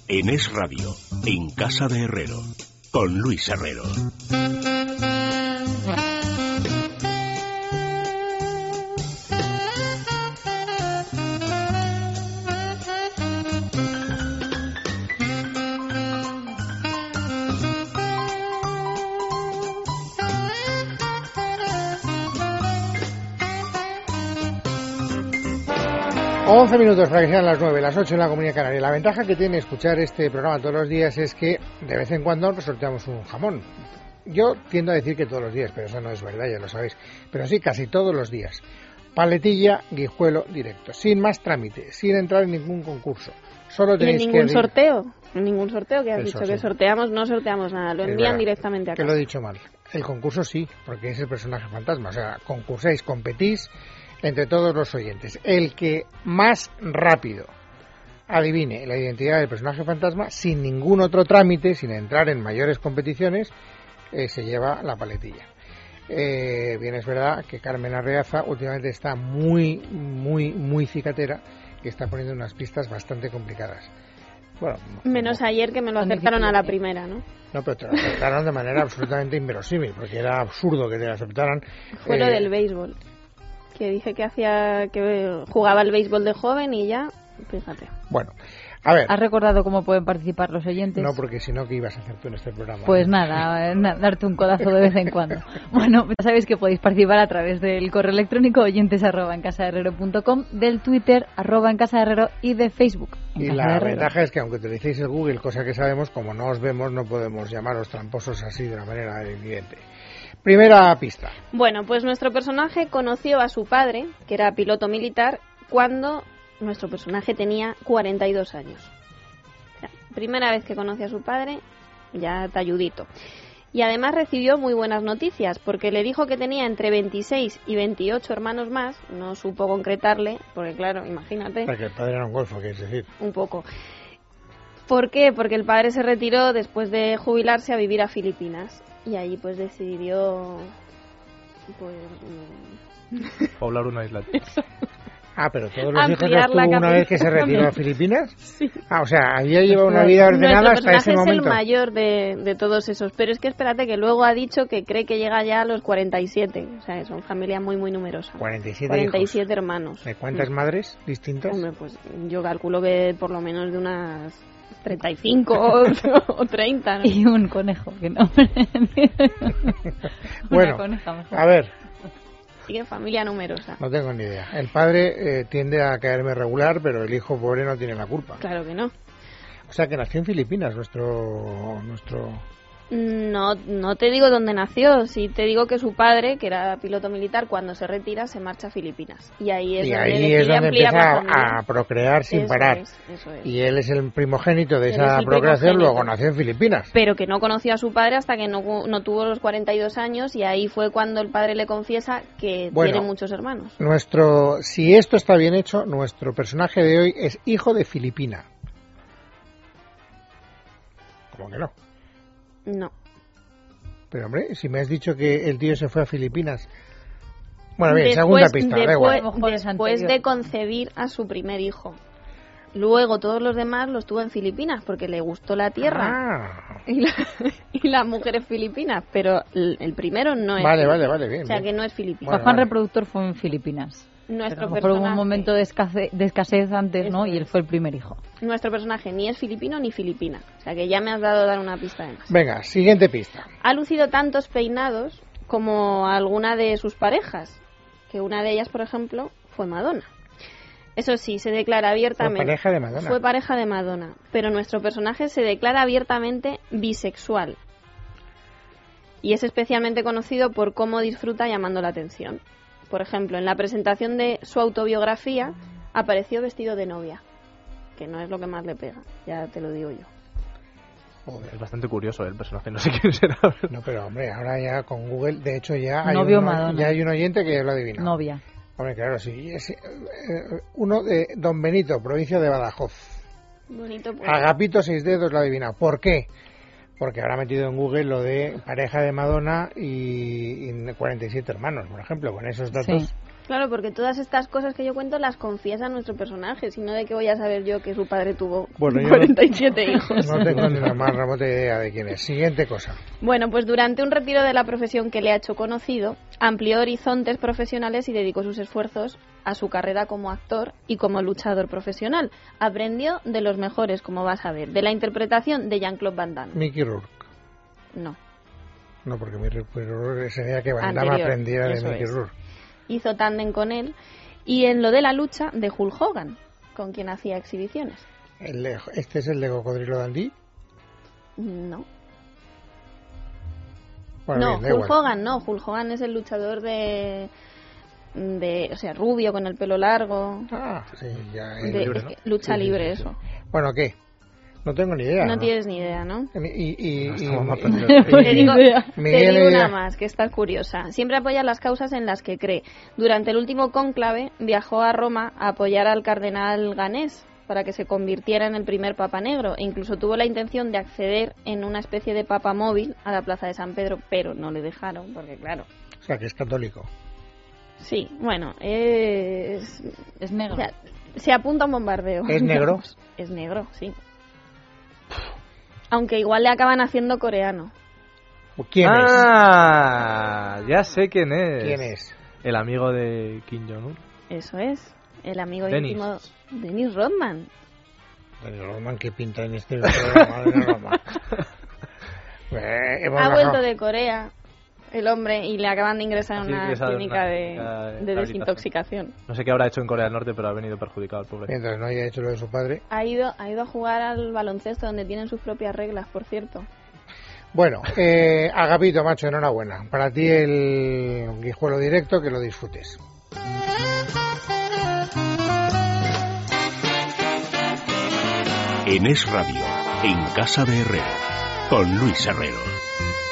en Es Radio, en Casa de Herrero, con Luis Herrero. 11 minutos para que sean las 9, las 8 en la Comunidad Canaria. La ventaja que tiene escuchar este programa todos los días es que de vez en cuando nos sorteamos un jamón. Yo tiendo a decir que todos los días, pero eso no es verdad, ya lo sabéis. Pero sí, casi todos los días. Paletilla, Guijuelo directo, sin más trámite, sin entrar en ningún concurso. Solo tenéis ¿Y en ningún que... sorteo? ¿En ningún sorteo que has Eso dicho? Sí. Que sorteamos, no sorteamos nada, lo envían directamente a casa. Que lo he dicho mal. El concurso sí, porque es el personaje fantasma. O sea, concursáis, competís entre todos los oyentes. El que más rápido adivine la identidad del personaje fantasma, sin ningún otro trámite, sin entrar en mayores competiciones, se lleva la paletilla. Bien, es verdad que Carmen Arreaza últimamente está muy cicatera y está poniendo unas pistas bastante complicadas. Bueno, menos ayer que me lo acertaron a la primera, ¿no? No, pero te lo aceptaron de manera absolutamente inverosímil, porque era absurdo que te lo aceptaran. Fue lo del béisbol, que dije que jugaba al béisbol de joven y ya, fíjate. Bueno, a ver. ¿Has recordado cómo pueden participar los oyentes? No, porque si no, ¿qué ibas a hacer tú en este programa? Pues nada, darte un codazo de vez en cuando. Bueno, ya sabéis que podéis participar a través del correo electrónico oyentes@encasaherrero.com, del Twitter @encasaherrero y de Facebook. Y la ventaja es que aunque utilicéis el Google, cosa que sabemos, como no os vemos, no podemos llamaros tramposos así de una manera evidente. Primera pista. Bueno, pues nuestro personaje conoció a su padre, que era piloto militar, cuando nuestro personaje tenía 42 años. O sea, primera vez que conoció a su padre, ya talludito. Y además recibió muy buenas noticias, porque le dijo que tenía entre 26 y 28 hermanos más, no supo concretarle, porque claro, imagínate. O sea, que el padre era un golfo, quieres decir. Un poco. ¿Por qué? Porque el padre se retiró después de jubilarse a vivir a Filipinas. Y ahí pues decidió poblar una isla. Ah, pero todos los hijos los tuvo una vez que se retiró a Filipinas. Sí. Ah, o sea, había llevado una vida ordenada hasta ese momento. Es el mayor de todos esos, pero es que espérate que luego ha dicho que cree que llega ya a los 47, o sea, son familia muy numerosa. 47 hijos. Hermanos. ¿De cuántas madres distintas? Hombre, pues yo calculo que por lo menos de unas 35 o 30, ¿no? Y un conejo, que no. Bueno, a ver. Sí, que familia numerosa. No tengo ni idea. El padre tiende a caerme regular, pero el hijo pobre no tiene la culpa. Claro que no. O sea, que nació en Filipinas nuestro... No te digo dónde nació, sí te digo que su padre, que era piloto militar, cuando se retira se marcha a Filipinas. Y ahí es donde empieza a procrear sin parar. Eso es. Y él es el primogénito de esa procreación, luego nació en Filipinas. Pero que no conoció a su padre hasta que no tuvo los 42 años y ahí fue cuando el padre le confiesa que tiene muchos hermanos. Si esto está bien hecho, nuestro personaje de hoy es hijo de Filipina. ¿Cómo que no? No. Pero hombre, si me has dicho que el tío se fue a Filipinas. Bueno, bien, segunda pista, da igual. Después de concebir a su primer hijo. Luego todos los demás los tuvo en Filipinas porque le gustó la tierra. Y las mujeres filipinas, pero el primero no es. Vale, bien. O sea, que no es filipino. Su afán reproductor fue en Filipinas. Nuestro personaje. Hubo un momento de escasez antes, ¿no? Y él fue el primer hijo. Nuestro personaje ni es filipino ni filipina. O sea que ya me has dado dar una pista de más. Venga, siguiente pista. Ha lucido tantos peinados como alguna de sus parejas. Que una de ellas, por ejemplo, fue Madonna. Eso sí, se declara abiertamente. Fue pareja de Madonna. Pero nuestro personaje se declara abiertamente bisexual. Y es especialmente conocido por cómo disfruta llamando la atención. Por ejemplo, en la presentación de su autobiografía apareció vestido de novia, que no es lo que más le pega, ya te lo digo yo. Joder, es bastante curioso el personaje, no sé quién será. No, pero hombre, ahora ya con Google, de hecho ya hay un oyente que lo adivina. Novia. Hombre, claro, sí, es uno de Don Benito, provincia de Badajoz. Bonito pues. Agapito 6 dedos lo ha adivinado. ¿Por qué? Porque habrá metido en Google lo de pareja de Madonna y 47 hermanos, por ejemplo, con esos datos. Sí. Claro, porque todas estas cosas que yo cuento las confiesa nuestro personaje, sino de que voy a saber yo que su padre tuvo 47 hijos. No tengo ni la más remota idea de quién es. Siguiente cosa. Bueno, pues durante un retiro de la profesión que le ha hecho conocido, amplió horizontes profesionales y dedicó sus esfuerzos a su carrera como actor y como luchador profesional. Aprendió de los mejores, como vas a ver, de la interpretación de Jean-Claude Van Damme. Mickey Rourke. No. No, porque Mickey Rourke sería que Van Damme aprendiera de Mickey Rourke. Hizo tándem con él, y en lo de la lucha de Hulk Hogan, con quien hacía exhibiciones. ¿Este es el de Cocodrilo Dundee? No. Bueno, no, Hulk Hogan no. Hulk Hogan es el luchador de o sea, rubio, con el pelo largo. Ah, sí, ya. Libre, ¿no? Lucha sí, libre, sí. Eso. Bueno, ¿qué? No tengo ni idea. No tienes ni idea, ¿no? Te digo una más, que está curiosa. Siempre apoya las causas en las que cree. Durante el último cónclave viajó a Roma a apoyar al cardenal Ganés para que se convirtiera en el primer papa negro, e incluso tuvo la intención de acceder en una especie de papa móvil a la plaza de San Pedro, pero no le dejaron, porque claro... O sea, que es católico. Sí, bueno, es negro. O sea, se apunta a un bombardeo. ¿Es negro? Es negro, sí. Aunque igual le acaban haciendo coreano. ¿Quién es? Ah, ya sé quién es. ¿Quién es? El amigo de Kim Jong-un. Eso es, el amigo íntimo Dennis Rodman. Dennis Rodman, ¿qué pinta en este programa? Dennis Rodman. Ha vuelto de Corea el hombre y le acaban de ingresar en una clínica de desintoxicación. No sé qué habrá hecho en Corea del Norte, pero ha venido perjudicado el pobre. Mientras no haya hecho lo de su padre. Ha ido a jugar al baloncesto, donde tienen sus propias reglas, por cierto. Bueno, Agapito, macho, enhorabuena. Para ti el guijuelo directo, que lo disfrutes. En Es Radio, en Casa de Herrero, con Luis Herrero.